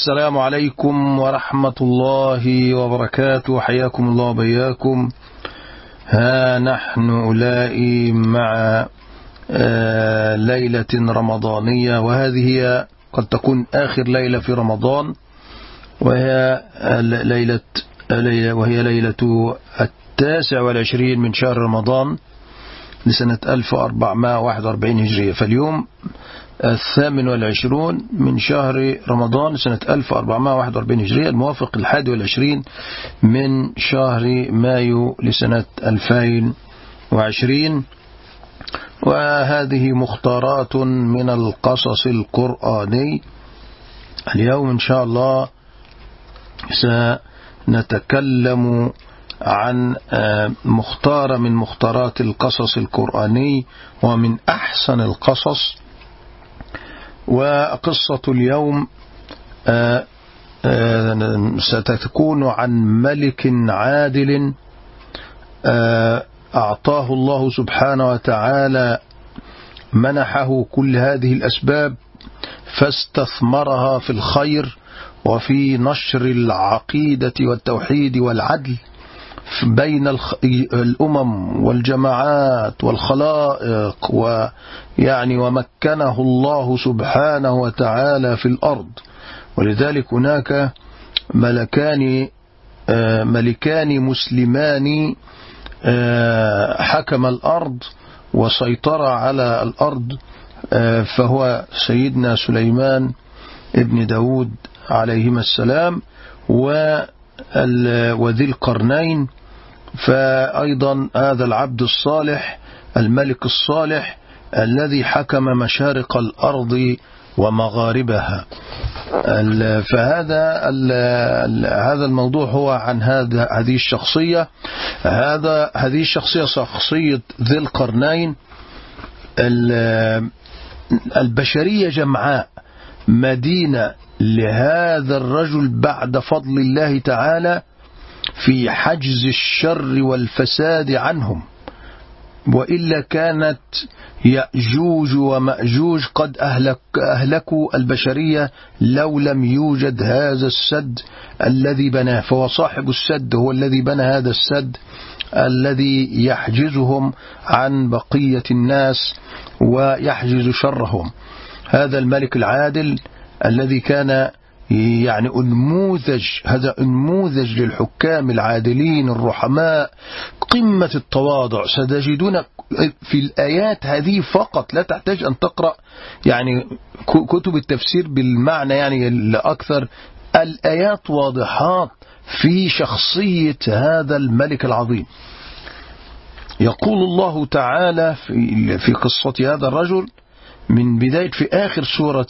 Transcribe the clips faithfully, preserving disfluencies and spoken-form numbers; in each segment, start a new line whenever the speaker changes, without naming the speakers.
السلام عليكم ورحمة الله وبركاته. حياكم الله وبياكم. ها نحن أولئي مع ليلة رمضانية، وهذه هي قد تكون آخر ليلة في رمضان، وهي ليلة وهي ليلة التاسع والعشرين من شهر رمضان لسنة ألف وأربعمائة وواحد وأربعين هجرية. فاليوم الثامن والعشرون من شهر رمضان سنة ألف وأربعمائة وواحد وأربعين هجرية، الموافق الحادي والعشرين من شهر مايو لسنة ألفين وعشرين. وهذه مختارات من القصص القرآني. اليوم إن شاء الله سنتكلم عن مختارة من مختارات القصص القرآني ومن أحسن القصص. وقصة اليوم ستكون عن ملك عادل أعطاه الله سبحانه وتعالى، منحه كل هذه الأسباب فاستثمرها في الخير وفي نشر العقيدة والتوحيد والعدل بين الأمم والجماعات والخلائق، ويعني ومكنه الله سبحانه وتعالى في الأرض. ولذلك هناك ملكان ملكان مسلمان حكم الأرض وسيطر على الأرض، فهو سيدنا سليمان ابن داود عليهما السلام وذي القرنين. فأيضا هذا العبد الصالح الملك الصالح الذي حكم مشارق الأرض ومغاربها. فهذا هذا الموضوع هو عن هذا هذه الشخصية هذا هذه الشخصية شخصية ذي القرنين. البشرية جمعاء مدينة لهذا الرجل بعد فضل الله تعالى في حجز الشر والفساد عنهم، وإلا كانت يأجوج ومأجوج قد أهلك أهلكوا البشرية لو لم يوجد هذا السد الذي بناه. فهو صاحب السد، هو الذي بنى هذا السد الذي يحجزهم عن بقية الناس ويحجز شرهم. هذا الملك العادل الذي كان يعني أنموذج هذا أنموذج للحكام العادلين الرحماء، قمة التواضع. ستجدون في الآيات هذه فقط، لا تحتاج أن تقرأ يعني كتب التفسير بالمعنى يعني الأكثر، الآيات واضحات في شخصية هذا الملك العظيم. يقول الله تعالى في في قصة هذا الرجل من بداية في آخر سورة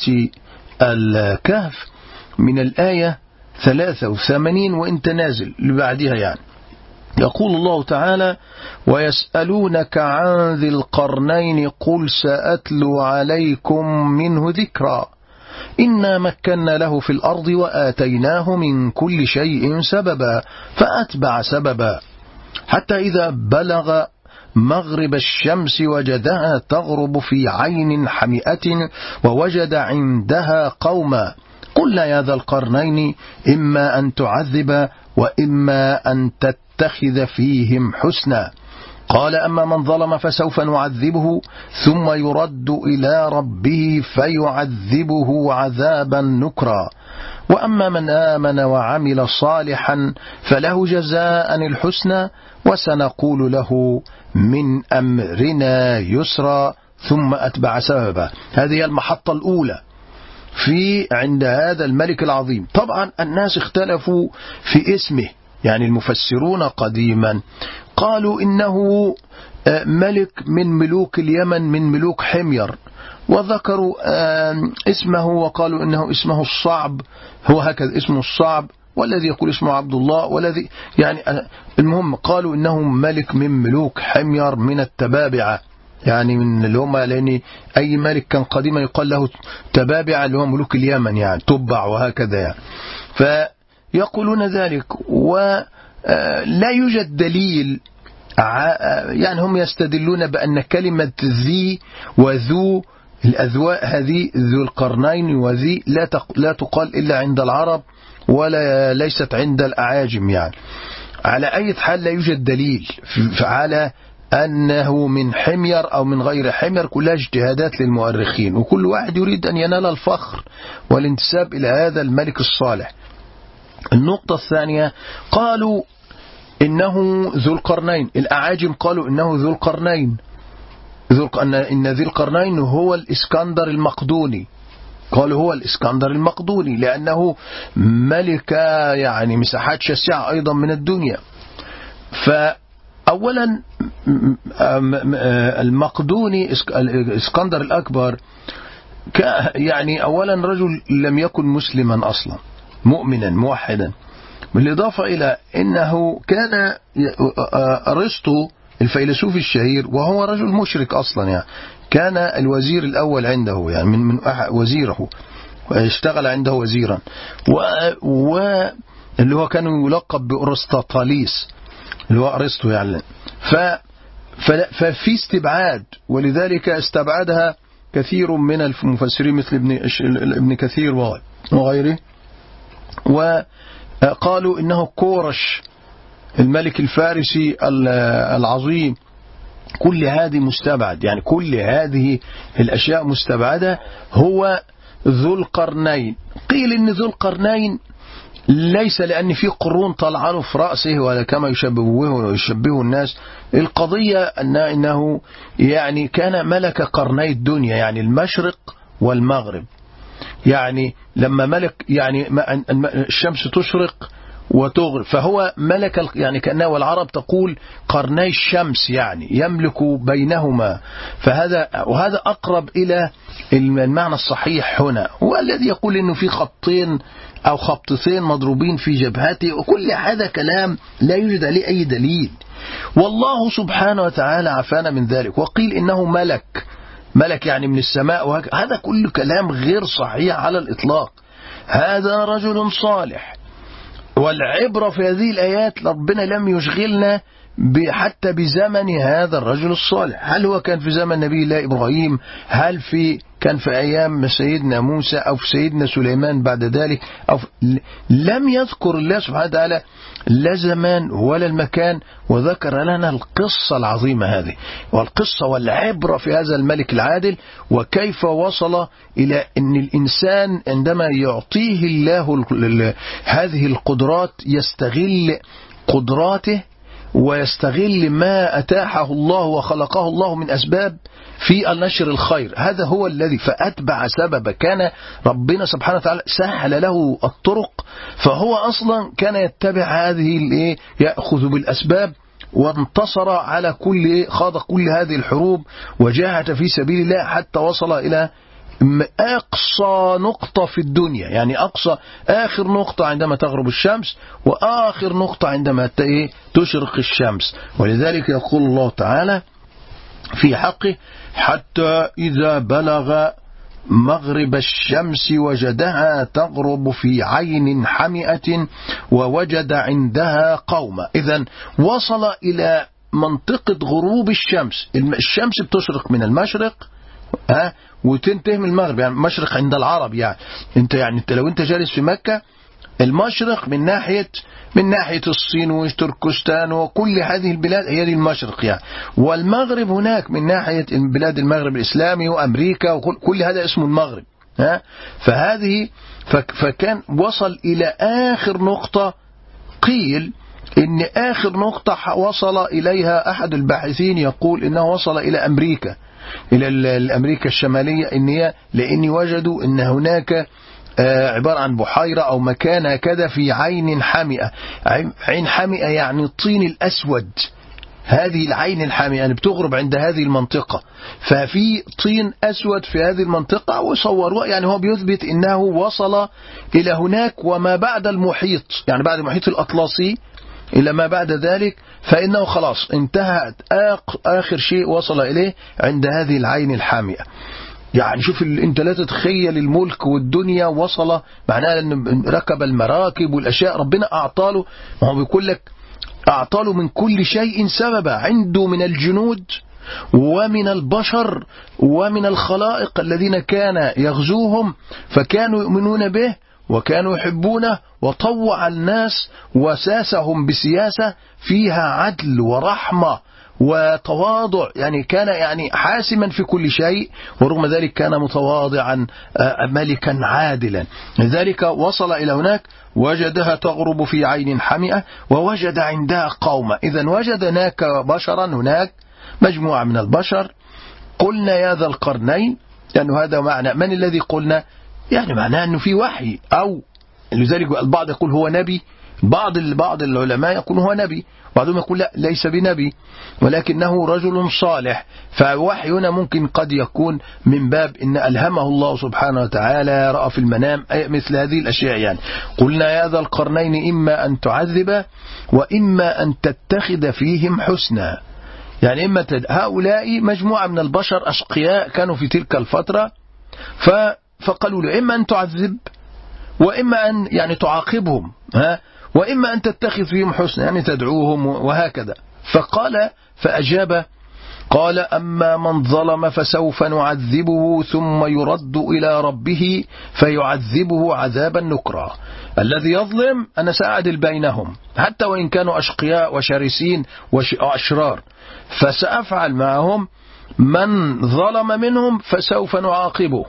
الكهف من الآية ثلاثة وثمانين وانت نازل لبعدها، يعني يقول الله تعالى: ويسألونك عن ذي القرنين قل سأتلو عليكم منه ذكرا إنا مكنا له في الأرض وآتيناه من كل شيء سببا فأتبع سببا حتى إذا بلغ مغرب الشمس وجدها تغرب في عين حمئة ووجد عندها قوما قلنا يا ذا القرنين إما أن تعذب وإما أن تتخذ فيهم حسنا قال أما من ظلم فسوف نعذبه ثم يرد إلى ربه فيعذبه عذابا نكرا وأما من آمن وعمل صالحا فله جزاء الحسنى وسنقول له من أمرنا يسرا ثم أتبع سببا. هذه المحطة الأولى في عند هذا الملك العظيم. طبعا الناس اختلفوا في اسمه، يعني المفسرون قديما قالوا إنه ملك من ملوك اليمن من ملوك حمير، وذكروا اسمه وقالوا إنه اسمه الصعب، هو هكذا اسمه الصعب، والذي يقول اسمه عبد الله، والذي يعني المهم قالوا إنه ملك من ملوك حمير من التبابعة، يعني من اللي هم، لأن أي ملك كان قديما يقال له تبابعة اللي هو ملوك اليمن يعني تبع وهكذا يعني. فيقولون ذلك ولا يوجد دليل، يعني هم يستدلون بأن كلمة ذي وذو الأذواء هذه ذو القرنين وذي لا لا تقال إلا عند العرب ولا ليست عند الأعاجم يعني. على أي حال لا يوجد دليل على أنه من حمير أو من غير حمير، كلها اجتهادات للمؤرخين، وكل واحد يريد أن ينال الفخر والانتساب إلى هذا الملك الصالح. النقطة الثانية قالوا إنه ذو القرنين، الأعاجم قالوا إنه ذو القرنين، إن ذي القرنين هو الإسكندر المقدوني، قالوا هو الإسكندر المقدوني لأنه ملك يعني مساحات شاسعة أيضا من الدنيا. فأولا المقدوني الإسكندر الأكبر يعني أولا رجل لم يكن مسلما أصلا، مؤمنا موحدا، بالإضافة إلى أنه كان أرسطو الفيلسوف الشهير وهو رجل مشرك أصلا يعني، كان الوزير الأول عنده يعني من من وزيره، اشتغل عنده وزيرا، واللي هو كان يلقب بأرسطاطاليس اللي هو أرسطو يعني. ف ففي استبعاد، ولذلك استبعدها كثير من المفسرين مثل ابن ابن كثير وغيره، وقالوا إنه كورش الملك الفارسي العظيم. كل هذه مستبعد يعني، كل هذه الأشياء مستبعدة. هو ذو القرنين، قيل إن ذو القرنين ليس لأن في قرون طلعانه في رأسه ولا كما يشبهه ويشبهه الناس. القضية أن إنه يعني كان ملك قرني الدنيا، يعني المشرق والمغرب. يعني لما ملك يعني الشمس تشرق وتغرب، فهو ملك يعني كأنه، والعرب تقول قرني الشمس يعني يملك بينهما. فهذا وهذا أقرب إلى المعنى الصحيح هنا، والذي يقول إنه في خطين أو خبطتين مضروبين في جبهته، وكل هذا كلام لا يوجد عليه أي دليل. والله سبحانه وتعالى عافانا من ذلك. وقيل إنه ملك، ملك يعني من السماء، وهذا كل كلام غير صحيح على الإطلاق. هذا رجل صالح، والعبرة في هذه الآيات ربنا لم يشغلنا حتى بزمن هذا الرجل الصالح. هل هو كان في زمن نبي الله إبراهيم؟ هل في كان في أيام سيدنا موسى أو في سيدنا سليمان بعد ذلك؟ أو لم يذكر الله سبحانه وتعالى لا زمان ولا المكان، وذكر لنا القصة العظيمة هذه، والقصة والعبرة في هذا الملك العادل، وكيف وصل إلى أن الإنسان عندما يعطيه الله هذه القدرات يستغل قدراته ويستغل ما أتاحه الله وخلقه الله من أسباب في النشر الخير. هذا هو الذي فأتبع سببا، كان ربنا سبحانه وتعالى سهل له الطرق، فهو أصلا كان يتبع هذه الايه، يأخذ بالأسباب، وانتصر على كل خاض كل هذه الحروب وجاهد في سبيل الله حتى وصل إلى أقصى نقطة في الدنيا، يعني أقصى آخر نقطة عندما تغرب الشمس، وآخر نقطة عندما تشرق الشمس. ولذلك يقول الله تعالى في حقه: حتى إذا بلغ مغرب الشمس وجدها تغرب في عين حمئة ووجد عندها قوما. إذن وصل إلى منطقة غروب الشمس. الشمس بتشرق من المشرق ها وتنتهي من المغرب، يعني مشرق عند العرب. يعني انت يعني انت لو انت جالس في مكة، المشرق من ناحية من ناحية الصين وتركستان وكل هذه البلاد هي دي المشرق يعني، والمغرب هناك من ناحية بلاد المغرب الإسلامي وأمريكا وكل هذا اسمه المغرب ها. فهذه فكان وصل إلى آخر نقطة. قيل إن آخر نقطة وصل إليها أحد الباحثين يقول إنه وصل إلى أمريكا، إلى أمريكا الشمالية، إن هي لأن وجدوا إن هناك عبارة عن بحيرة أو مكان هكذا في عين حمئة. عين حمئة يعني الطين الأسود، هذه العين الحامئة يعني بتغرب عند هذه المنطقة، ففي طين أسود في هذه المنطقة، وصوروا يعني هو بيثبت إنه وصل إلى هناك وما بعد المحيط، يعني بعد المحيط الأطلسي إلى ما بعد ذلك، فإنه خلاص انتهت آخر شيء وصل إليه عند هذه العين الحامئة. يعني شوف انت لا تتخيل الملك والدنيا وصل، معناه أن ركب المراكب والأشياء ربنا أعطاله. ما هو بيقول لك أعطاله من كل شيء سببا، عنده من الجنود ومن البشر ومن الخلائق الذين كان يغزوهم فكانوا يؤمنون به وكانوا يحبونه، وطوع الناس وساسهم بسياسة فيها عدل ورحمة وتواضع، يعني كان يعني حاسما في كل شيء، ورغم ذلك كان متواضعا ملكا عادلا. لذلك وصل إلى هناك: وجدها تغرب في عين حمئة ووجد عندها قوما. إذن وجد هناك بشرا، هناك مجموعة من البشر. قلنا يا ذا القرنين، لأنه هذا معنى من الذي قلنا، يعني معناه أنه في وحي، أو لذلك البعض يقول هو نبي، بعض بعض العلماء يقول هو نبي، بعضهم يقول لا ليس بنبي ولكنه رجل صالح. فوحي هنا ممكن قد يكون من باب إن ألهمه الله سبحانه وتعالى، رأى في المنام، مثل هذه الأشياء. يعني قلنا يا ذا القرنين إما أن تعذب وإما أن تتخذ فيهم حسنا، يعني إما تد... هؤلاء مجموعة من البشر أشقياء كانوا في تلك الفترة، ف... فقالوا له إما أن تعذب وإما أن يعني تعاقبهم، ها، وإما أن تتخذ فيهم حسنا، يعني تدعوهم وهكذا. فقال فأجاب قال: أما من ظلم فسوف نعذبه ثم يرد إلى ربه فيعذبه عذابا نكرا. الذي يظلم أنا سأعدل بينهم حتى وإن كانوا أشقياء وشرسين وأشرار، فسأفعل معهم. من ظلم منهم فسوف نعاقبه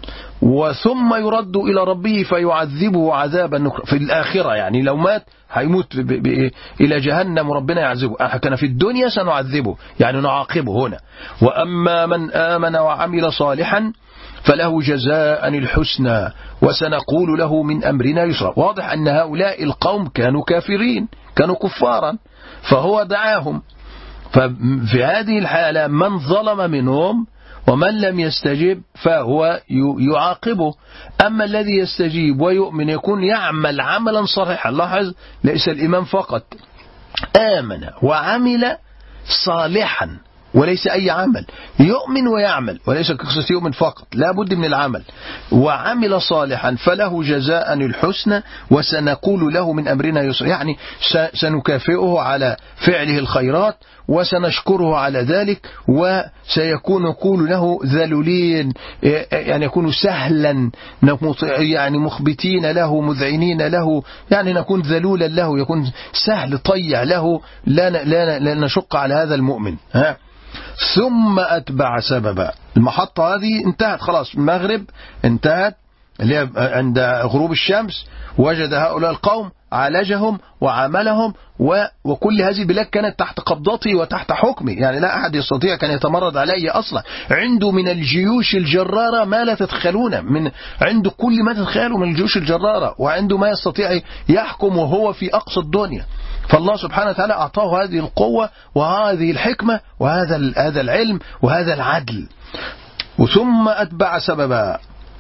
وثم يرد إلى ربه فيعذبه عذابا نكرا. في الآخرة يعني لو مات هيموت ب ب إلى جهنم وربنا يعذبه. كان في الدنيا سنعذبه يعني نعاقبه هنا. وأما من آمن وعمل صالحا فله جزاء الحسنى وسنقول له من أمرنا يسرا. واضح أن هؤلاء القوم كانوا كافرين، كانوا كفارا، فهو دعاهم. ففي هذه الحالة من ظلم منهم ومن لم يستجب فهو يعاقبه. أما الذي يستجيب ويؤمن يكون يعمل عملا صالحا. لاحظ ليس الإيمان فقط، آمن وعمل صالحا وليس أي عمل، يؤمن ويعمل وليس قصة يؤمن فقط، لا بد من العمل. وعمل صالحا فله جزاء الحسنى وسنقول له من أمرنا يسرا، يعني سنكافئه على فعله الخيرات وسنشكره على ذلك، وسيكون نقول له ذلولين، يعني يكون سهلا، يعني مخبتين له مذعنين له، يعني نكون ذلولا له، يكون سهل طيع له، لا, لا, لا نشق على هذا المؤمن. ها ثم أتبع سببا. المحطة هذه انتهت خلاص، المغرب انتهت اللي عند غروب الشمس، وجد هؤلاء القوم عالجهم وعاملهم، وكل هذه البلاد كانت تحت قبضته وتحت حكمه، يعني لا أحد يستطيع كان يتمرد عليه أصلا. عنده من الجيوش الجرارة ما لا تتخيلون، من عنده كل ما تتخيلوا من الجيوش الجرارة، وعنده ما يستطيع يحكم وهو في أقصى الدنيا. فالله سبحانه وتعالى أعطاه هذه القوة وهذه الحكمة وهذا هذا العلم وهذا العدل. ثم أتبع سببا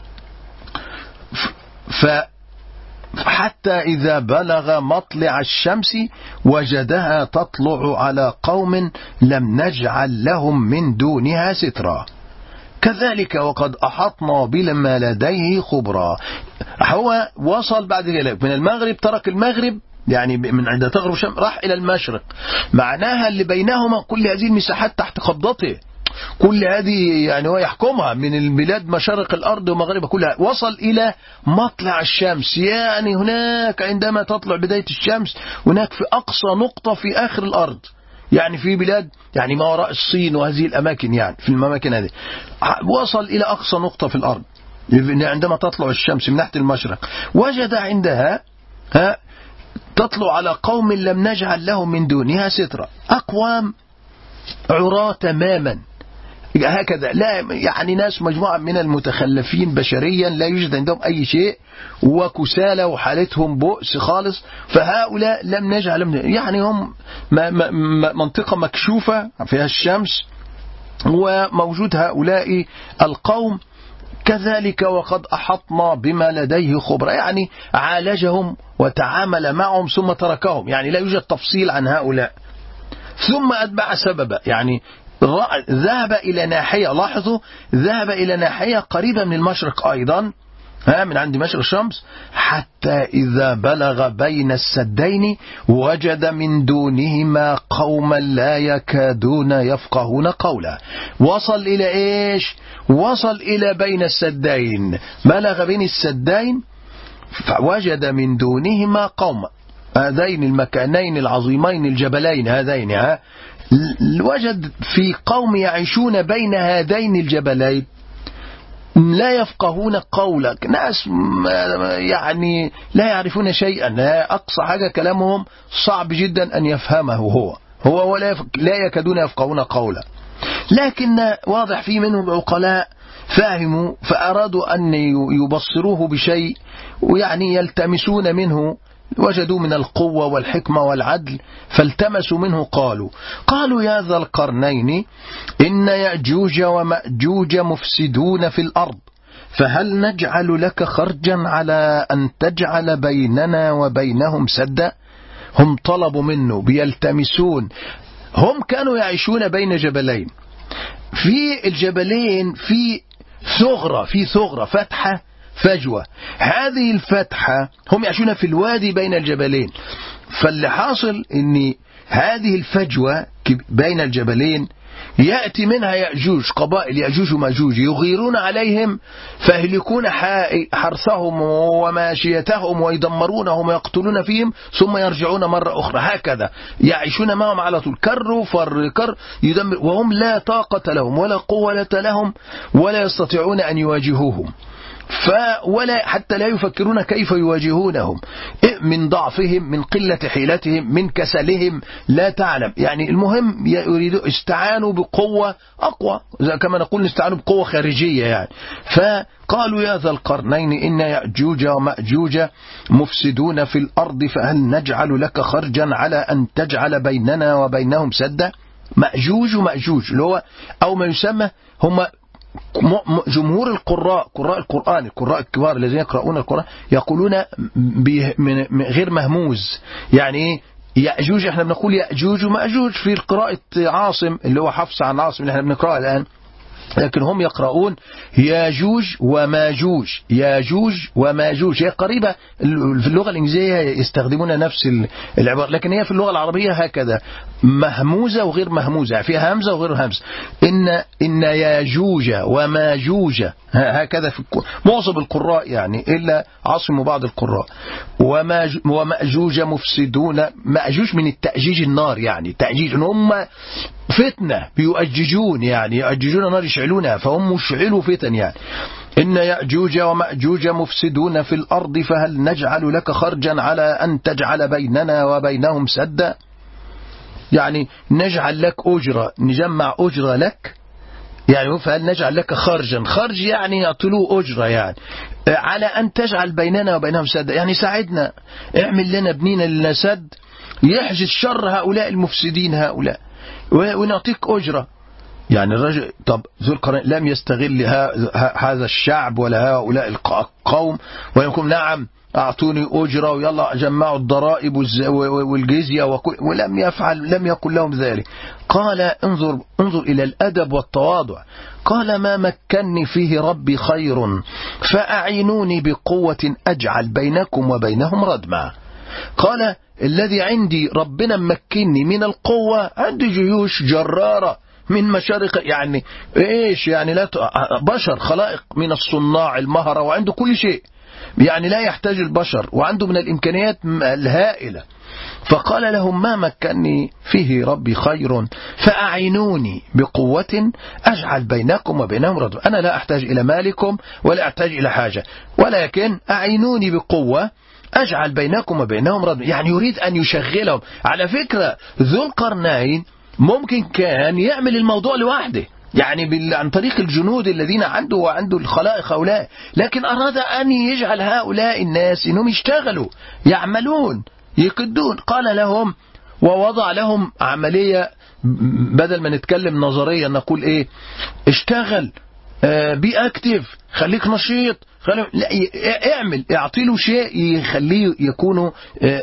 فحتى إذا بلغ مطلع الشمس وجدها تطلع على قوم لم نجعل لهم من دونها سترا كذلك وقد أحطنا بما لديه خبرا. هو وصل بعد ذلك من المغرب، ترك المغرب يعني من عند تغرب الشمس راح إلى المشرق، معناها اللي بينهما كل هذه المساحات تحت قبضته، كل هذه يعني هو يحكمها من البلاد مشارق الأرض ومغربها كلها. وصل إلى مطلع الشمس، يعني هناك عندما تطلع بداية الشمس هناك في أقصى نقطة في آخر الأرض، يعني في بلاد يعني ما وراء الصين وهذه الأماكن، يعني في الأماكن هذه وصل إلى أقصى نقطة في الأرض عندما تطلع الشمس من ناحية المشرق. وجد عندها ها تطلع على قوم لم نجعل لهم من دونها سترا، أقوام عراة تماما هكذا، لا يعني ناس مجموعة من المتخلفين بشريا لا يوجد عندهم أي شيء وكسالى وحالتهم بؤس خالص. فهؤلاء لم نجعل، يعني هم منطقة مكشوفة فيها الشمس وموجود هؤلاء القوم. كذلك وقد أحطنا بما لديه خبرا، يعني عالجهم وتعامل معهم ثم تركهم، يعني لا يوجد تفصيل عن هؤلاء. ثم أتبع سببا، يعني ذهب إلى ناحية، لاحظوا ذهب إلى ناحية قريبة من المشرق أيضا، ها من عند مشرق الشمس حتى إذا بلغ بين السدين وجد من دونهما قوما لا يكادون يفقهون قولا. وصل إلى إيش؟ وصل إلى بين السدين، بلغ بين السدين فوجد من دونهما قوما، هذين المكانين العظيمين الجبلين هذين، ها وجد في قوم يعيشون بين هذين الجبلين لا يفقهون قولك، ناس يعني لا يعرفون شيئا، أقصى حاجة كلامهم صعب جدا أن يفهمه هو هو ولا لا يكادون يفقهون قولا. لكن واضح في منهم عقلاء فاهموا فأرادوا أن يبصروه بشيء، ويعني يلتمسون منه، وجدوا من القوة والحكمة والعدل فالتمسوا منه. قالوا قالوا يا ذا القرنين إن يأجوج ومأجوج مفسدون في الأرض فهل نجعل لك خرجا على أن تجعل بيننا وبينهم سدا. هم طلبوا منه بيلتمسون، هم كانوا يعيشون بين جبلين، في الجبلين في ثغرة في ثغرة فتحة فجوة، هذه الفتحة هم يعيشون في الوادي بين الجبلين، فاللي حاصل ان هذه الفجوة بين الجبلين يأتي منها يأجوج، قبائل يأجوج ومأجوج يغيرون عليهم فيهلكون حرثهم وماشيتهم ويدمرونهم ويقتلون فيهم ثم يرجعون مرة أخرى، هكذا يعيشون معهم على طول، كر فر كر يدمر، وهم لا طاقة لهم ولا قوة لهم ولا يستطيعون أن يواجهوهم، ولا حتى لا يفكرون كيف يواجهونهم من ضعفهم من قلة حيلتهم من كسلهم لا تعلم. يعني المهم يريدوا استعانوا بقوة أقوى، كما نقول استعانوا بقوة خارجية يعني. فقالوا يا ذا القرنين إن يأجوج ومأجوج مفسدون في الأرض فهل نجعل لك خرجا على أن تجعل بيننا وبينهم سدا. مأجوج ومأجوج اللي هو أو ما يسمى هم جمهور القراء قراء القرآن القراء الكبار الذين يقرؤون القرآن يقولون غير مهموز. يعني يأجوج احنا بنقول يأجوج ومأجوج في قراءة عاصم اللي هو حفص عن عاصم اللي احنا بنقرأه الآن، لكن هم يقرؤون ياجوج وماجوج ياجوج وماجوج. هي قريبة في اللغة الإنجليزية يستخدمون نفس العبارة، لكن هي في اللغة العربية هكذا مهموزة وغير مهموزة، فيها همزة وغير همزة. إن إن ياجوج وماجوج هكذا في معظم القراء يعني إلا عاصم وبعض القراء. ومأجوج مفسدون، مأجوج من التأجيج النار، يعني تأجيج إن هم فتنة بيؤججون، يعني يؤججون نار يشعلونها فهم مشعلوا فتن يعني. إن يأجوج ومأجوج مفسدون في الأرض فهل نجعل لك خرجا على أن تجعل بيننا وبينهم سدا. يعني نجعل لك أجرة، نجمع أجرة لك، يعني فهل نجعل لك خرجا، خرج يعني يعطلوا أجرة يعني على أن تجعل بيننا وبينهم سدا، يعني ساعدنا اعمل لنا ابنينا لنا سد يحجز شر هؤلاء المفسدين هؤلاء ونعطيك أجرة. يعني الرجل طب ذو القرنين لم يستغل هذا الشعب ولا هؤلاء القوم ويقول نعم أعطوني أجرة ويلا جمعوا الضرائب والجزية، ولم يفعل، لم يقل لهم ذلك. قال انظر انظر إلى الأدب والتواضع. قال ما مكنني فيه ربي خير فأعينوني بقوة أجعل بينكم وبينهم ردما. قال الذي عندي ربنا مكنني من القوة، عندي جيوش جرارة من مشارق، يعني ايش يعني لا بشر خلائق من الصناع المهرة وعنده كل شيء، يعني لا يحتاج البشر وعنده من الإمكانيات الهائلة. فقال لهم ما مكنني فيه ربي خير فأعينوني بقوة أجعل بينكم وبينهم ردما. أنا لا أحتاج إلى مالكم ولا أحتاج إلى حاجة، ولكن أعينوني بقوة أجعل بينكم وبينهم ردما. يعني يريد أن يشغلهم. على فكرة ذو القرنين ممكن كان يعمل الموضوع لوحده، يعني عن طريق الجنود الذين عنده وعنده الخلائق هؤلاء، لكن أراد أن يجعل هؤلاء الناس إنهم يشتغلوا يعملون يكدون. قال لهم ووضع لهم عملية، بدل ما نتكلم نظريا نقول إيه، اشتغل بي أكتف، خليك نشيط، خلي... لا اعمل، اعطي له شيء يخليه يكونوا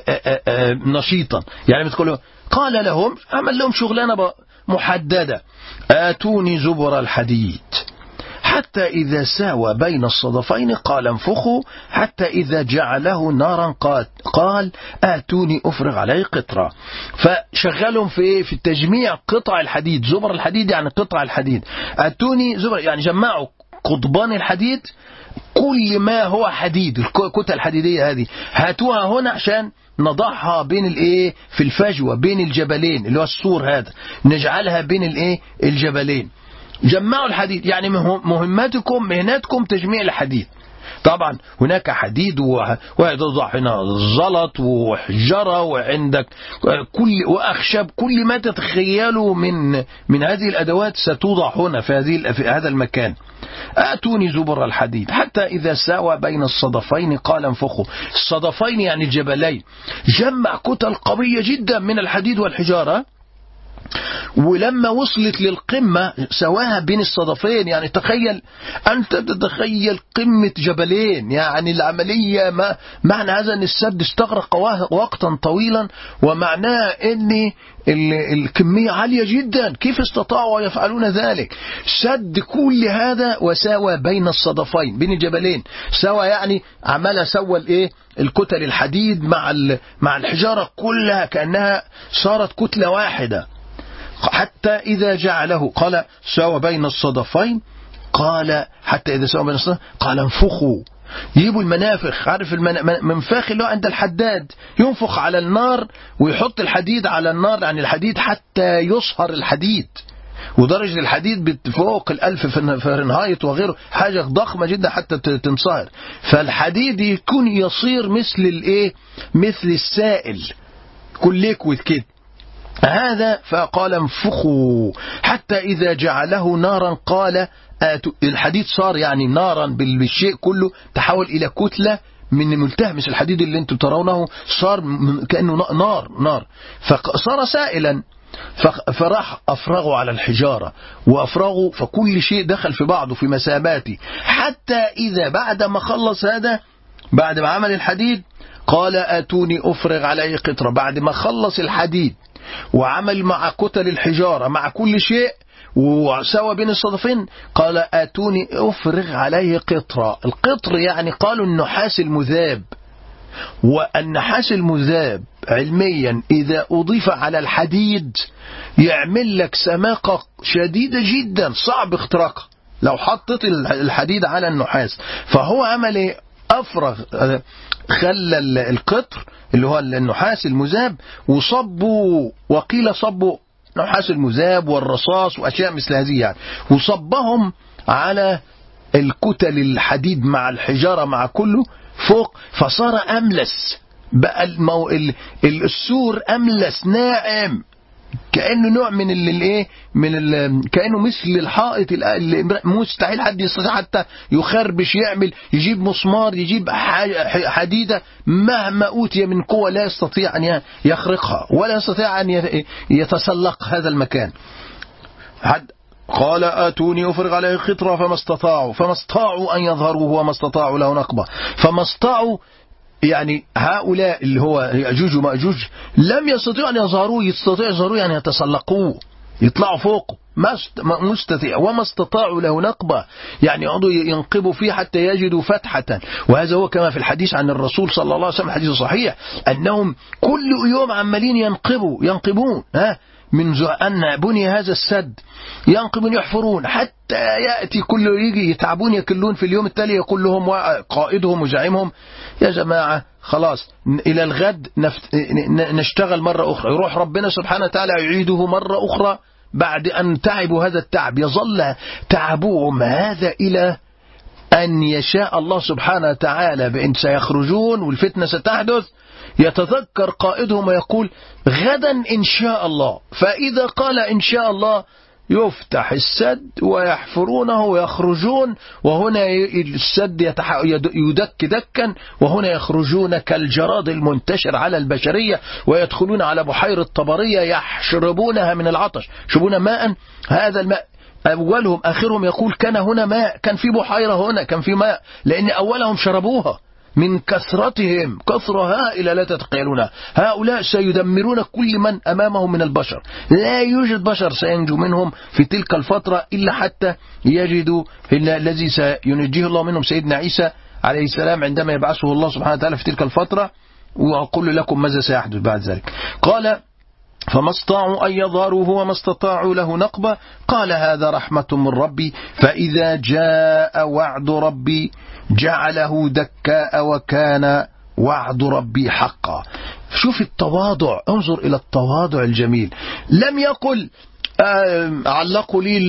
نشيطا. يعني بتقولوا قال لهم عمل لهم شغلانة محددة، آتوني زبر الحديد حتى إذا ساوى بين الصدفين قال انفخوا، حتى إذا جعله نارا قال آتوني أفرغ عليه قطرة. فشغلهم في إيه؟ في التجميع قطع الحديد، زبر الحديد يعني قطع الحديد، آتوني زبر يعني جمعوا قضبان الحديد، كل ما هو حديد، الكتل الحديدية هذه هاتوها هنا عشان نضعها بين الايه في الفجوة بين الجبلين، اللي هو السور هذا نجعلها بين الايه الجبلين. جمعوا الحديد، يعني مهمتكم مهنتكم تجميع الحديد. طبعا هناك حديد ويضع هنا زلط وحجرة وعندك كل وأخشب، كل ما تتخيلوا من من هذه الأدوات ستوضع هنا في هذه في هذا المكان. آتوني زبر الحديد حتى إذا ساوى بين الصدفين قال انفخوا. الصدفين يعني الجبلين، جمع كتل قوية جدا من الحديد والحجارة، ولما وصلت للقمة سواها بين الصدفين. يعني تخيل أنت تتخيل قمة جبلين، يعني العملية ما معنى هذا أن السد استغرق وقتا طويلا، ومعناه أن الكمية عالية جدا. كيف استطاعوا يفعلون ذلك؟ سد كل هذا وساوى بين الصدفين بين الجبلين. سوى يعني عمل سوى الايه الكتل الحديد مع مع الحجارة كلها كأنها صارت كتلة واحدة. حتى إذا جعله قال سوى بين الصدفين قال حتى إذا سوى بين الصدفين قال انفخوا. يجيبوا المنافخ، عارف المنفاخ اللي هو عند الحداد، ينفخ على النار ويحط الحديد على النار، يعني الحديد حتى يصهر الحديد، ودرجة الحديد بفوق الألف فahrenheit وغيره، حاجة ضخمة جدا حتى تنصهر. فالحديد يكون يصير مثل الايه مثل السائل، كل ليكويد كده هذا. فقال انفخوا حتى إذا جعله نارا قال آتوا. الحديد صار يعني نارا بالشيء كله، تحول إلى كتلة من ملتهمس الحديد اللي انتم ترونه، صار كأنه نار نار فصار سائلا. فراح أفرغوا على الحجارة وأفرغوا، فكل شيء دخل في بعضه في مساباته. حتى إذا بعد ما خلص هذا، بعد ما عمل الحديد قال آتوني أفرغ عليه قطرة، بعد ما خلص الحديد وعمل مع كتل الحجارة مع كل شيء وسوى بين الصدفين قال آتوني أفرغ عليه قطرة. القطر يعني قالوا النحاس المذاب، والنحاس المذاب علميا إذا أضيف على الحديد يعمل لك سماقة شديدة جدا صعب اختراقها لو حطت الحديد على النحاس. فهو عمل أفرغ، خلى القطر اللي هو النحاس المذاب وصبوا، وقيل صبوا نحاس المذاب والرصاص وأشياء مثل هذه يعني، وصبهم على الكتل الحديد مع الحجارة مع كله فوق، فصار أملس بقى المو... السور أملس ناعم، كأنه نوع من الايه من ال... كأنه مثل الحائط اللي مستحيل حد يستطيع حتى يخربش يعمل، يجيب مسمار يجيب حديدة مهما أوتي من قوة لا يستطيع أن يخرقها ولا يستطيع أن يتسلق هذا المكان. حد قال آتوني أفرغ عليه قطرة فما استطاعوا فما استطاعوا أن يظهروه وما استطاعوا له نقبة. فما استطاعوا يعني هؤلاء اللي هو يأجوج ومأجوج لم يستطيعوا أن يظهروه، يستطيعوا يظهروه يعني يتسلقوه يطلعوا فوقه، ما مستطيع. وما استطاعوا له نقبة يعني يقعدوا ينقبوا فيه حتى يجدوا فتحة. وهذا هو كما في الحديث عن الرسول صلى الله عليه وسلم، حديث صحيح، أنهم كل يوم عمالين ينقبوا ينقبون ها منذ أن بني هذا السد، ينقبون يحفرون حتى يأتي كل يجي يتعبون يكلون في اليوم التالي يقول لهم قائدهم وزعيمهم يا جماعة خلاص إلى الغد نفت... نشتغل مرة أخرى. يروح ربنا سبحانه وتعالى يعيده مرة أخرى بعد أن تعبوا هذا التعب، يظل تعبوهم هذا إلى أن يشاء الله سبحانه وتعالى بأن سيخرجون والفتنة ستحدث. يتذكر قائدهم ويقول غدا إن شاء الله، فإذا قال إن شاء الله يفتح السد ويحفرونه ويخرجون، وهنا السد يدك دكا، وهنا يخرجون كالجراد المنتشر على البشرية ويدخلون على بحيرة طبرية يشربونها من العطش، يشربون ماء. هذا الماء أولهم آخرهم يقول كان هنا ماء، كان في بحيرة هنا كان في ماء، لأن أولهم شربوها من كثرتهم كثرة هائلة لا تتخيلونها. هؤلاء سيدمرون كل من أمامهم من البشر، لا يوجد بشر سينجو منهم في تلك الفترة إلا حتى يجدوا الذي سينجيه الله منهم سيدنا عيسى عليه السلام عندما يبعثه الله سبحانه وتعالى في تلك الفترة. وأقول لكم ماذا سيحدث بعد ذلك. قال فما استطاعوا أن يظهروه وما استطاعوا له نقبة. قال هذا رحمة من ربي فإذا جاء وعد ربي جعله دكاء وكان وعد ربي حقا. شوف التواضع، انظر إلى التواضع الجميل. لم يقل علقوا لي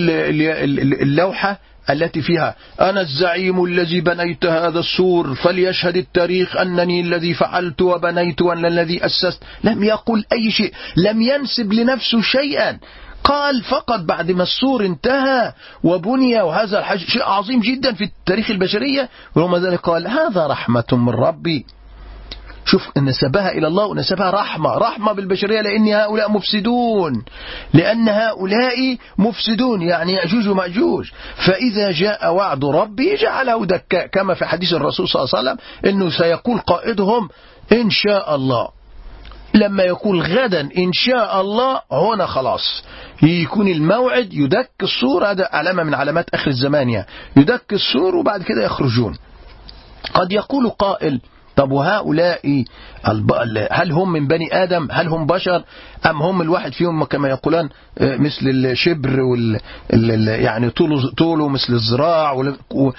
اللوحة التي فيها أنا الزعيم الذي بنيت هذا السور فليشهد التاريخ أنني الذي فعلت وبنيت وأنا الذي أسست. لم يقل أي شيء، لم ينسب لنفسه شيئا. قال فقط بعد ما السور انتهى وبني، وهذا الحاجة شيء عظيم جدا في التاريخ البشرية، ورغم ذلك قال هذا رحمة من ربي. شوف نسبها إلى الله ونسبها رحمة، رحمة بالبشرية لأن هؤلاء مفسدون، لأن هؤلاء مفسدون يعني يأجوج ومأجوج. فإذا جاء وعد ربي جعله دكاء، كما في حديث الرسول صلى الله عليه وسلم أنه سيقول قائدهم إن شاء الله. لما يقول غدا إن شاء الله هنا خلاص يكون الموعد، يدك السور. هذا علامة من علامات آخر الزمان، يعني يدك السور وبعد كده يخرجون. قد يقول قائل طب وهؤلاء هل هم من بني آدم؟ هل هم بشر أم هم الواحد فيهم كما يقولان مثل الشبر وال يعني طوله طوله مثل الذراع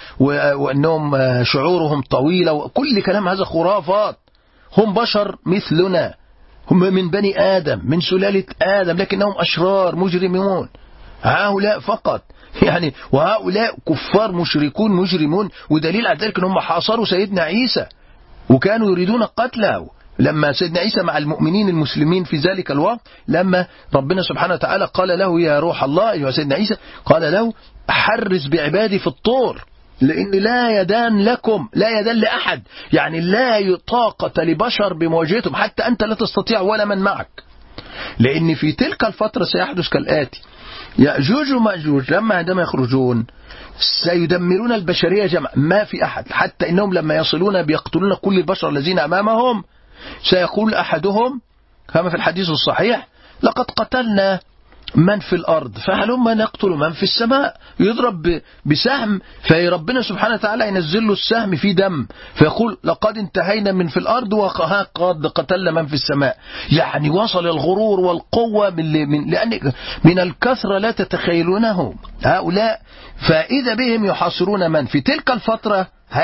وأنهم شعورهم طويلة وكل كلام هذا خرافات. هم بشر مثلنا، هم من بني آدم من سلالة آدم، لكنهم أشرار مجرمون. هؤلاء فقط يعني، وهؤلاء كفار مشركون مجرمون. ودليل على ذلك أنهم حاصروا سيدنا عيسى وكانوا يريدون قتله. لما سيدنا عيسى مع المؤمنين المسلمين في ذلك الوقت، لما ربنا سبحانه وتعالى قال له يا روح الله يا سيدنا عيسى، قال له حرز بعبادي في الطور لأن لا يدان لكم، لا يدان لأحد، يعني لا طاقة لبشر بمواجهتهم، حتى أنت لا تستطيع ولا من معك. لأن في تلك الفترة سيحدث كالآتي: يأجوج ومأجوج لما عندما يخرجون سيدمرون البشرية جمع، ما في أحد، حتى إنهم لما يصلون بيقتلون كل البشر الذين أمامهم. سيقول أحدهم كما في الحديث الصحيح: لقد قتلنا من في الأرض فهلما نقتل من في السماء. يضرب بسهم فربنا سبحانه وتعالى ينزل له السهم في دم، فيقول لقد انتهينا من في الأرض وقد قتلنا من في السماء. يعني وصل الغرور والقوة من, من لأن من الكثرة لا تتخيلونه هؤلاء. فإذا بهم يحاصرون من في تلك الفترة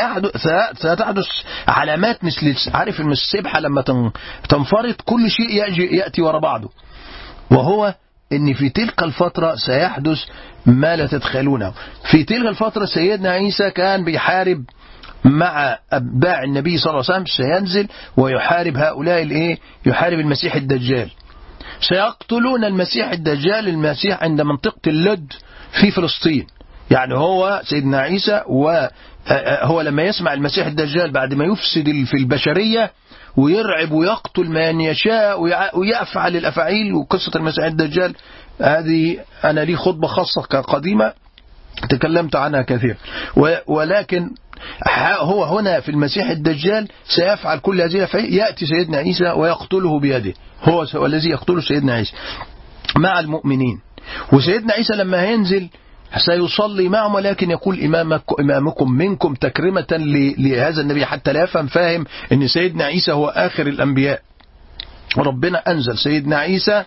ستحدث علامات مثل عارف السبحة لما تنفرط كل شيء يأتي وراء بعضه، وهو إن في تلك الفترة سيحدث ما لا تتخيلونه. في تلك الفترة سيدنا عيسى كان بيحارب مع أتباع النبي صلى الله عليه وسلم، سينزل ويحارب هؤلاء الإيه؟ يحارب المسيح الدجال. سيقتلون المسيح الدجال، المسيح عند منطقة اللد في فلسطين. يعني هو سيدنا عيسى وهو لما يسمع المسيح الدجال بعد ما يفسد في البشرية ويرعب ويقتل من يشاء ويفعل الأفعيل. وقصة المسيح الدجال هذه أنا لي خطبة خاصة قديمة تكلمت عنها كثير، ولكن هو هنا في المسيح الدجال سيفعل كل هذه الأفعال. يأتي سيدنا عيسى ويقتله بيده، هو الذي يقتله سيدنا عيسى مع المؤمنين. وسيدنا عيسى لما ينزل سيصلي معهم، ولكن يقول إمامك إمامكم منكم تكرمة لهذا النبي، حتى لا يفهم فاهم أن سيدنا عيسى هو آخر الأنبياء. ربنا أنزل سيدنا عيسى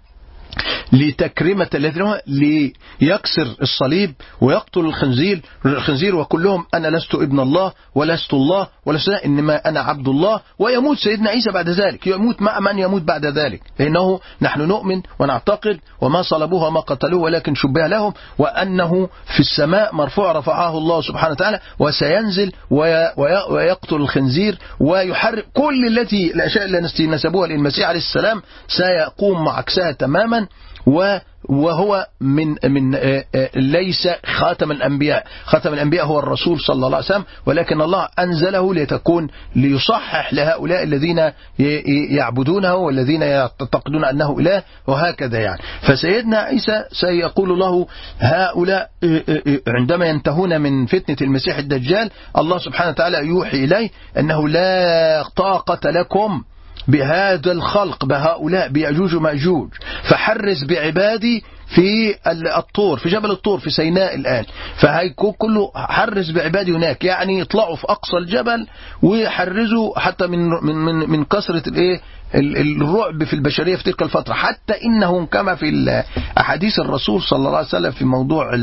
لتكرمة الذين ليكسر الصليب ويقتل الخنزير الخنزير وكلهم أنا لست ابن الله ولست الله ولست، إنما أنا عبد الله. ويموت سيدنا عيسى بعد ذلك، يموت مع من يموت بعد ذلك، لأنه نحن نؤمن ونعتقد وما صلبوه وما قتلوه ولكن شبه لهم، وأنه في السماء مرفوع رفعه الله سبحانه وتعالى، وسينزل ويقتل الخنزير ويحرق كل التي الأشياء التي نسبوها للمسيح عليه السلام، سيقوم مع عكسها تماما. وهو من من ليس خاتم الأنبياء. خاتم الأنبياء هو الرسول صلى الله عليه وسلم، ولكن الله أنزله لتكون ليصحح لهؤلاء الذين يعبدونه والذين يعتقدون أنه إله وهكذا يعني. فسيدنا عيسى سيقول له هؤلاء عندما ينتهون من فتنة المسيح الدجال، الله سبحانه وتعالى يوحي إليه أنه لا طاقة لكم بهذا الخلق بهؤلاء بيأجوج ومأجوج، فحرز بعبادي في الطور، في جبل الطور في سيناء الآن، فهيكون كله حرز بعبادي هناك، يعني يطلعوا في أقصى الجبل ويحرزوا حتى من من من, من كثرة الايه الرعب في البشرية في تلك الفترة. حتى إنهم كما في أحاديث الرسول صلى الله عليه وسلم في موضوع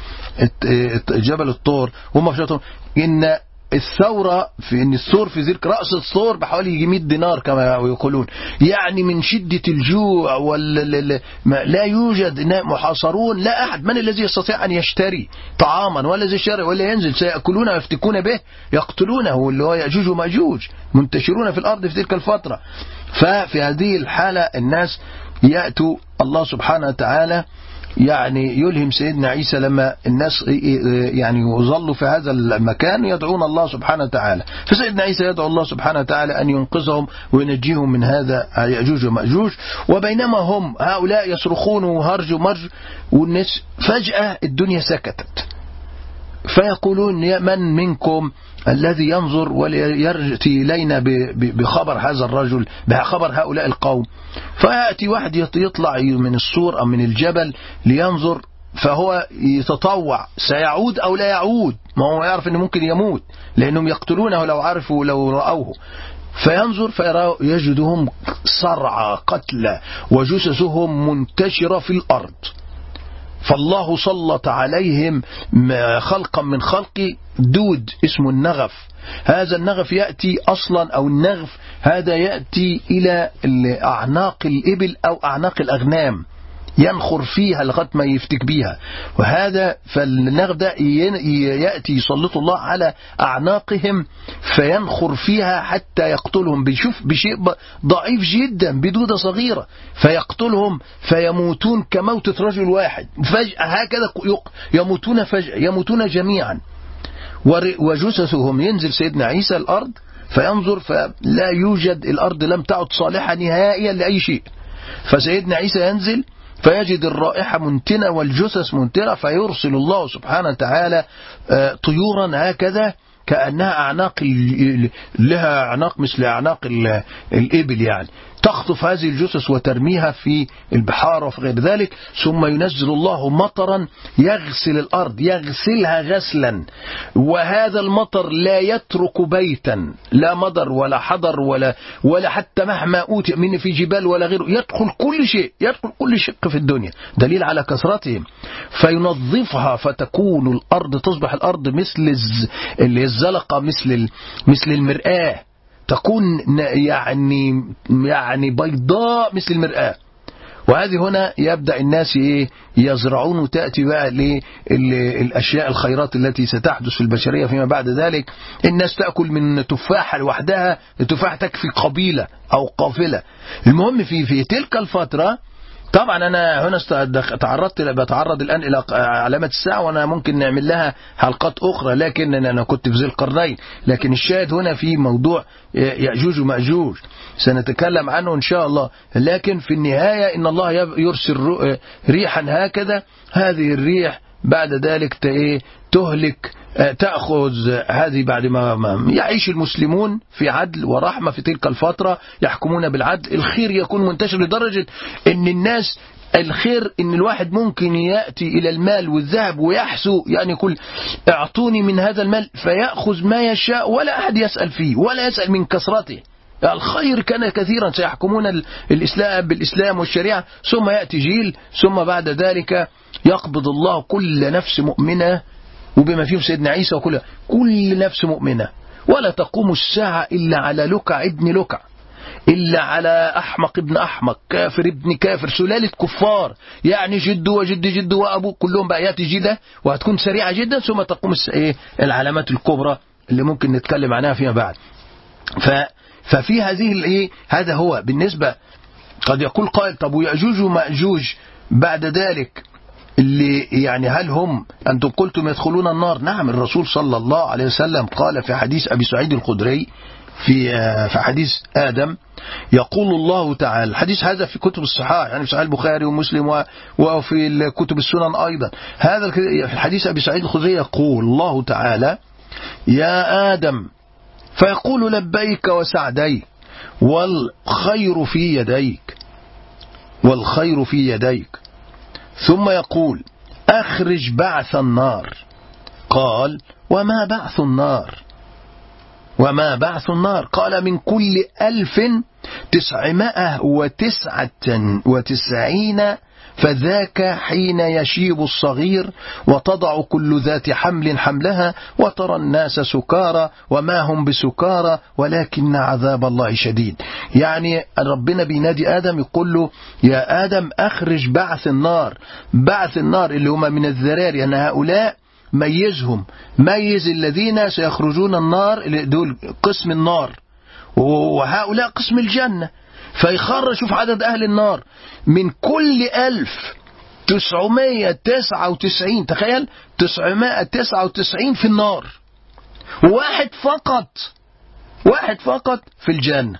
جبل الطور هم فشتهم إن الثورة في ان الثور في ذلك رأس الثور بحوالي مئة دينار كما يقولون، يعني من شدة الجوع ولا لا يوجد، محاصرون، لا أحد. من الذي يستطيع أن يشتري طعاما ولا يشتري ولا ينزل؟ سيأكلونه ويفتكون به يقتلونه، اللي هو يأجوج ومأجوج منتشرون في الأرض في تلك الفترة. ففي هذه الحالة الناس يأتوا الله سبحانه وتعالى يعني يلهم سيدنا عيسى لما الناس يعني يظلوا في هذا المكان يدعون الله سبحانه وتعالى، فسيدنا عيسى يدعو الله سبحانه وتعالى أن ينقذهم وينجيهم من هذا يأجوج ومأجوج. وبينما هم هؤلاء يصرخون وهرج ومرج والناس فجأة الدنيا سكتت، فيقولون من منكم الذي ينظر وليأتي إلينا بخبر هذا الرجل، بخبر هؤلاء القوم. فيأتي واحد يطلع من السور أو من الجبل لينظر، فهو يتطوع سيعود أو لا يعود، ما هو يعرف أنه ممكن يموت لأنهم يقتلونه لو عرفوا لو رأوه. فينظر فيجدهم صرعى قتلى وجثثهم منتشرة في الأرض، فالله سلط عليهم خلقا من خلق دود اسمه النغف. هذا النغف يأتي أصلا أو النغف هذا يأتي إلى أعناق الإبل أو أعناق الأغنام، ينخر فيها لغاية ما يفتك بيها، وهذا فالنغف ده يأتي يسلط الله على أعناقهم فينخر فيها حتى يقتلهم. بيشوف بشيء ضعيف جدا بدودة صغيرة فيقتلهم فيموتون كموتة رجل واحد فجأة، هكذا يموتون فجأة، يموتون جميعا. وجثثهم ينزل سيدنا عيسى الأرض فينظر فلا يوجد، الأرض لم تعد صالحة نهائيا لأي شيء. فسيدنا عيسى ينزل فيجد الرائحة منتنة والجثث منتنة، فيرسل الله سبحانه وتعالى طيورا هكذا كأنها أعناق لها أعناق مثل أعناق الإبل، يعني تخطف هذه الجثث وترميها في البحار وفي غير ذلك. ثم ينزل الله مطرا يغسل الأرض، يغسلها غسلا، وهذا المطر لا يترك بيتا، لا مدر ولا حضر ولا ولا حتى مهما أوتي من في جبال ولا غيره، يدخل كل شيء، يدخل كل شق في الدنيا، دليل على كثرتهم. فينظفها فتكون الأرض، تصبح الأرض مثل الزلقة، مثل مثل المرآة، تكون يعني يعني بيضاء مثل المرآة. وهذه هنا يبدأ الناس ايه يزرعون، وتأتي بقى للأشياء الخيرات التي ستحدث في البشرية فيما بعد ذلك. الناس تأكل من تفاحة لوحدها، التفاحة تكفي قبيلة أو قافلة. المهم في في تلك الفترة طبعا أنا هنا تعرضت بتعرض الآن إلى علامة الساعة، وأنا ممكن نعمل لها حلقات أخرى، لكن أنا كنت في ذي القرنين. لكن الشاهد هنا في موضوع يأجوج ومأجوج سنتكلم عنه إن شاء الله. لكن في النهاية إن الله يرسل ريحا هكذا، هذه الريح بعد ذلك تهلك، تأخذ هذه بعد ما يعيش المسلمون في عدل ورحمة في تلك الفترة، يحكمون بالعدل، الخير يكون منتشر لدرجة ان الناس الخير ان الواحد ممكن يأتي الى المال والذهب ويحسو، يعني يقول اعطوني من هذا المال فيأخذ ما يشاء ولا أحد يسأل فيه ولا يسأل من كثرته. الخير كان كثيرا، سيحكمون الإسلام بالإسلام والشريعة. ثم يأتي جيل ثم بعد ذلك يقبض الله كل نفس مؤمنة، وبما فيهم سيدنا عيسى، وكل كل نفس مؤمنة، ولا تقوم الساعة إلا على لكع ابن لكع، إلا على أحمق ابن أحمق، كافر ابن كافر، سلالة كفار، يعني جد وجد جد وأبو كلهم بقى يأتي جدا، وهتكون سريعة جدا. ثم تقوم العلامات الكبرى اللي ممكن نتكلم عنها فيما بعد. ف ففي هذه الايه هذا هو بالنسبة. قد يقول قائل طب ويأجوج ومأجوج بعد ذلك اللي يعني هل هم أنتم قلتم يدخلون النار؟ نعم، الرسول صلى الله عليه وسلم قال في حديث أبي سعيد الخدري في في حديث آدم، يقول الله تعالى، الحديث هذا في كتب الصحاح يعني في صحيح البخاري ومسلم وفي كتب السنن أيضا، هذا في الحديث أبي سعيد الخدري يقول الله تعالى: يا آدم، فيقول لبيك وسعديك والخير في يديك والخير في يديك ثم يقول: أخرج بعث النار. قال: وما بعث النار؟ وما بعث النار؟ قال: من كل ألف تسعمائة وتسعة وتسعين، فذاك حين يشيب الصغير وتضع كل ذات حمل حملها وترى الناس سكارى وما هم بسكارى ولكن عذاب الله شديد. يعني ربنا بينادي آدم يقول له: يا آدم أخرج بعث النار. بعث النار اللي هم من الذراري، أن هؤلاء ميزهم، ميز الذين سيخرجون النار، دول قسم النار وهؤلاء قسم الجنة. فيخرج، شوف عدد أهل النار، من كل ألف تسعمائة وتسعة وتسعين، تخيل تسعمائة وتسعة وتسعين في النار، واحد فقط واحد فقط في الجنة.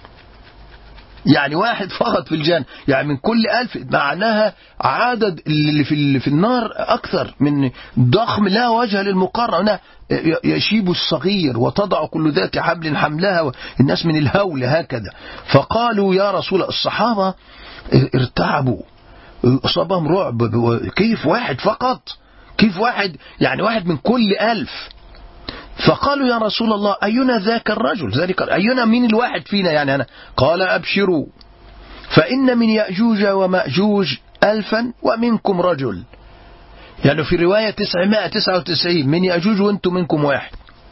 يعني واحد فقط في الجنة، يعني من كل ألف، معناها عدد اللي في في النار أكثر من ضخم لا وجه للمقارنة. يشيب الصغير وتضع كل ذات حمل حملها، الناس من الهول هكذا. فقالوا يا رسول، الصحابة ارتعبوا، أصابهم رعب، كيف واحد فقط؟ كيف واحد؟ يعني واحد من كل ألف. فقالوا يا رسول الله أينا ذاك الرجل، ذلك أينا من الواحد فينا يعني أنا؟ قال: أبشروا، فإن من يأجوج ومأجوج ألفا ومنكم رجل. يعني في رواية تسعمائة وتسعة وتسعين من يأجوج وأنتم منكم واحد.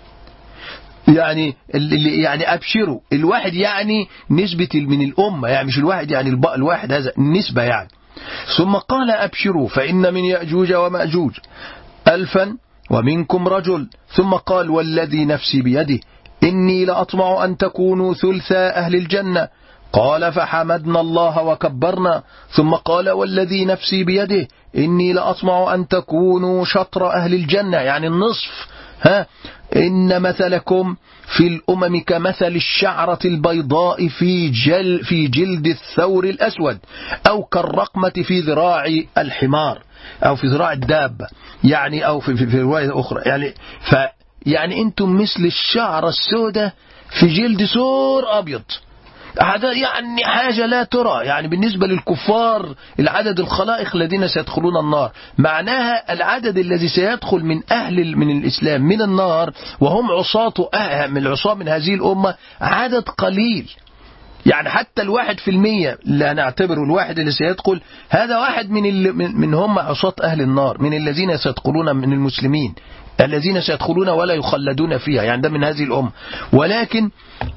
يعني يعني أبشروا، الواحد يعني نسبة من الأمة، يعني مش الواحد يعني الواحد هذا النسبة يعني. ثم قال: أبشروا، فإن من يأجوج ومأجوج ألفا ومنكم رجل. ثم قال: والذي نفسي بيده إني لأطمع أن تكونوا ثلثا أهل الجنة. قال: فحمدنا الله وكبرنا. ثم قال: والذي نفسي بيده إني لأطمع أن تكونوا شطر أهل الجنة، يعني النصف. ها إن مثلكم في الأمم كمثل الشعرة البيضاء في جل في جلد الثور الأسود، أو كالرقمة في ذراع الحمار، أو في ذراع الدابة، يعني أو في, في, في رواية أخرى، يعني ف يعني أنتم مثل الشعرة السوداء في جلد ثور أبيض. هذا يعني حاجة لا ترى، يعني بالنسبة للكفار العدد الخلائق الذين سيدخلون النار، معناها العدد الذي سيدخل من أهل من الإسلام من النار وهم عصاة من العصاة من هذه الأمة عدد قليل. يعني حتى الواحد في المية لا نعتبره الواحد اللي سيدخل، هذا واحد من من هم عصاة أهل النار، من الذين سيدخلون من المسلمين الذين سيدخلون ولا يخلدون فيها، يعني ده من هذه الأمة. ولكن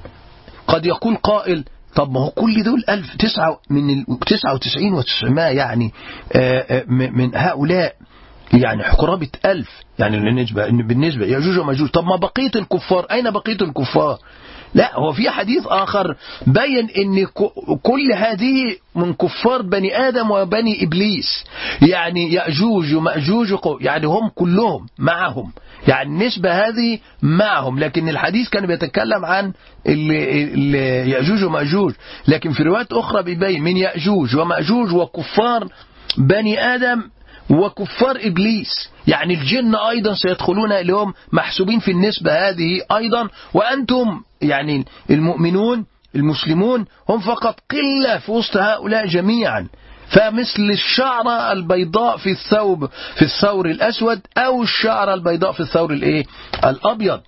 قد يقول قائل: طب ما هو كل دول ألف تسعة من تسعة وتسعين وتسعمائة، يعني من هؤلاء يعني قرابة ألف، يعني بالنسبة بالنسبة يأجوج ومأجوج. طب ما بقية الكفار أين بقية الكفار؟ لا، هو في حديث آخر بين ان كل هذه من كفار بني آدم وبني إبليس، يعني يأجوج ومأجوج يعني هم كلهم معهم، يعني النسبة هذه معهم. لكن الحديث كان بيتكلم عن اللي يأجوج ومأجوج، لكن في روايات أخرى بيبين من يأجوج ومأجوج وكفار بني آدم وكفار إبليس، يعني الجن أيضا سيدخلون اليوم محسوبين في النسبة هذه أيضا. وأنتم يعني المؤمنون المسلمون هم فقط قلة في وسط هؤلاء جميعا، فمثل الشعرة البيضاء في الثوب في الثور الأسود، أو الشعرة البيضاء في الثور الإيه الأبيض.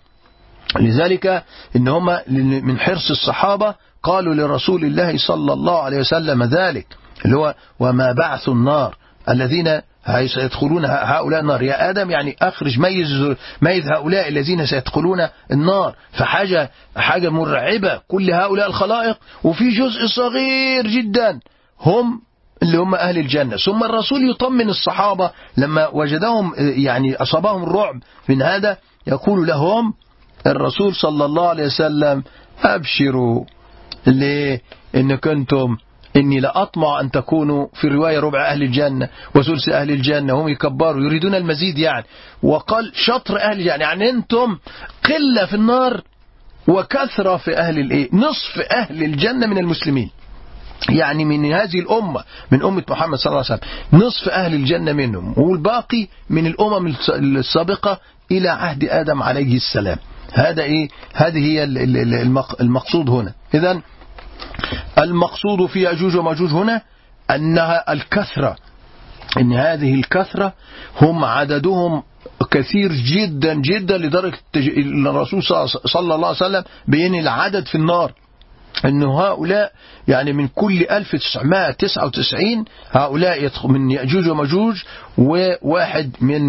لذلك إن هم من حرص الصحابة قالوا لرسول الله صلى الله عليه وسلم ذلك، اللي هو وما بعث النار الذين سيدخلون هؤلاء النار. يا آدم يعني أخرج ميز ميز هؤلاء الذين سيدخلون النار. فحاجة حاجة مرعبة، كل هؤلاء الخلائق وفي جزء صغير جدا هم اللي هم أهل الجنة. ثم الرسول يطمن الصحابة لما وجدهم يعني أصابهم الرعب من هذا، يقول لهم الرسول صلى الله عليه وسلم: أبشروا، ليه؟ إن كنتم إني لأطمع أن تكونوا في الرواية ربع أهل الجنة وثلث أهل الجنة، هم يكبروا يريدون المزيد يعني. وقال شطر أهل الجنة، يعني أنتم قلة في النار وكثرة في أهل الإيه، نصف أهل الجنة من المسلمين، يعني من هذه الأمة، من أمة محمد صلى الله عليه وسلم نصف أهل الجنة منهم، والباقي من الأمم السابقة إلى عهد آدم عليه السلام. هذا إيه؟ هذه هي المقصود هنا. إذن المقصود في يأجوج ومأجوج هنا أنها الكثرة، إن هذه الكثرة هم عددهم كثير جدا جدا لدرجة الرسول صلى الله عليه وسلم بين العدد في النار أن هؤلاء يعني من كل ألف وتسعمائة وتسعة وتسعين هؤلاء يدخل من يأجوج ومأجوج وواحد من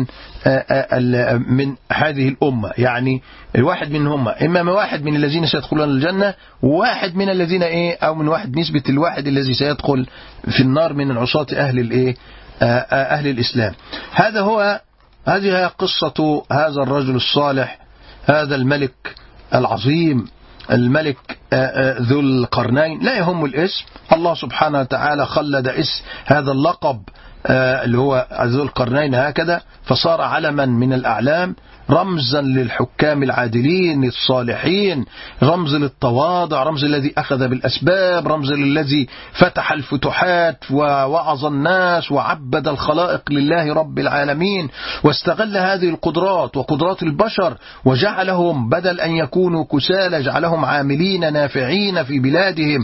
من هذه الأمة، يعني الواحد منهم إما من واحد من الذين سيدخلون الجنة وواحد من الذين إيه، أو من واحد نسبة الواحد الذي سيدخل في النار من عصاة أهل الإيه، أهل الإسلام. هذا هو هذه هي قصة هذا الرجل الصالح، هذا الملك العظيم، الملك ذو القرنين. لا يهم الاسم، الله سبحانه وتعالى خلد اسم هذا اللقب اللي هو ذو القرنين هكذا، فصار علما من الأعلام، رمزا للحكام العادلين الصالحين، رمز للتواضع، رمز الذي أخذ بالأسباب، رمز للذي فتح الفتوحات ووعظ الناس وعبد الخلائق لله رب العالمين، واستغل هذه القدرات وقدرات البشر وجعلهم بدل أن يكونوا كسالى جعلهم عاملين نافعين في بلادهم،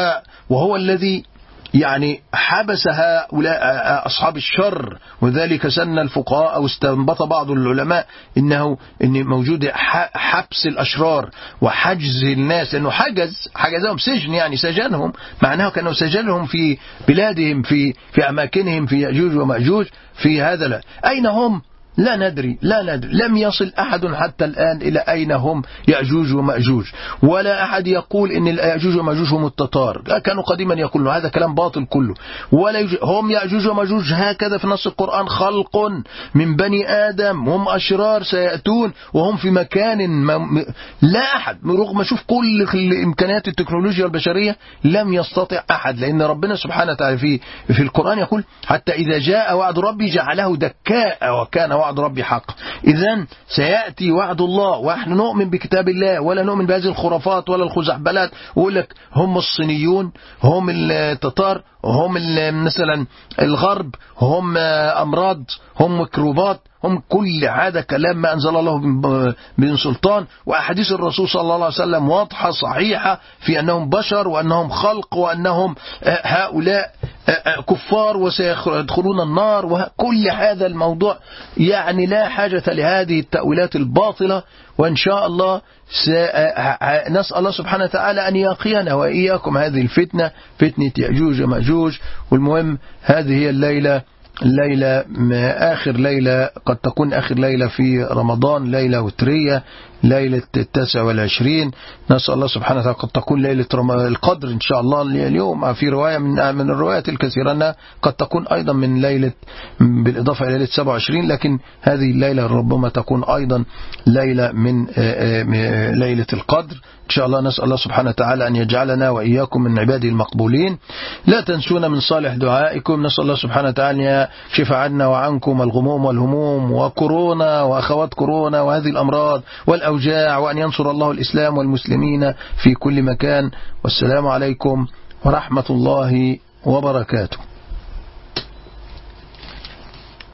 وهو الذي يعني حبس هؤلاء أصحاب الشر. وذلك سن الفقهاء أو استنبط بعض العلماء إنه إن موجود حبس الأشرار وحجز الناس، لأنه حجز حجزهم سجن، يعني سجنهم، معناه كأنه سجنهم في بلادهم في في أماكنهم في يأجوج ومأجوج. في هذا لا. أين هم؟ لا ندري لا ندري لم يصل أحد حتى الآن إلى أين هم يأجوج ومأجوج، ولا أحد يقول إن يأجوج ومأجوج هم التتار، كانوا قديما يقولون هذا كلام باطل كله، ولا هم يأجوج ومأجوج هكذا في نص القرآن خلق من بني آدم، هم أشرار سيأتون وهم في مكان م... لا أحد رغم شوف كل الإمكانيات التكنولوجيا البشرية لم يستطع أحد، لأن ربنا سبحانه وتعالى في في القرآن يقول حتى إذا جاء وعد ربي جعله دكاء وكان وعد ربي حق. إذن سيأتي وعد الله ونحن نؤمن بكتاب الله ولا نؤمن بهذه الخرافات ولا الخزعبلات، ويقول لك هم الصينيون، هم التتار، هم مثلا الغرب، هم أمراض، هم ميكروبات، هم كل هذا كلام ما أنزل الله من سلطان. وأحاديث الرسول صلى الله عليه وسلم واضحة صحيحة في أنهم بشر وأنهم خلق وأنهم هؤلاء كفار وسيدخلون النار، وكل هذا الموضوع يعني لا حاجة لهذه التأويلات الباطلة. وإن شاء الله نسأل الله سبحانه وتعالى أن يقينا وإياكم هذه الفتنة، فتنة يأجوج ومأجوج. والمهم هذه هي الليلة الليلة آخر ليلة، قد تكون آخر ليلة في رمضان، ليلة وترية، ليلة التاسع والعشرين. نسأل الله سبحانه وتعالى قد تكون ليلة القدر إن شاء الله اليوم. في رواية من من الروايات الكثيرة أنها قد تكون أيضا من ليلة بالإضافة إلى ليلة سبعة وعشرين، لكن هذه الليلة ربما تكون أيضا ليلة من ليلة القدر إن شاء الله. نسأل الله سبحانه وتعالى أن يجعلنا وإياكم من عباده المقبولين. لا تنسونا من صالح دعائكم. نسأل الله سبحانه وتعالى أن يكشف عنا وعنكم الغموم والهموم وكورونا وأخوات كورونا وهذه الأمراض والأوجاع، وأن ينصر الله الإسلام والمسلمين في كل مكان. والسلام عليكم ورحمة الله وبركاته.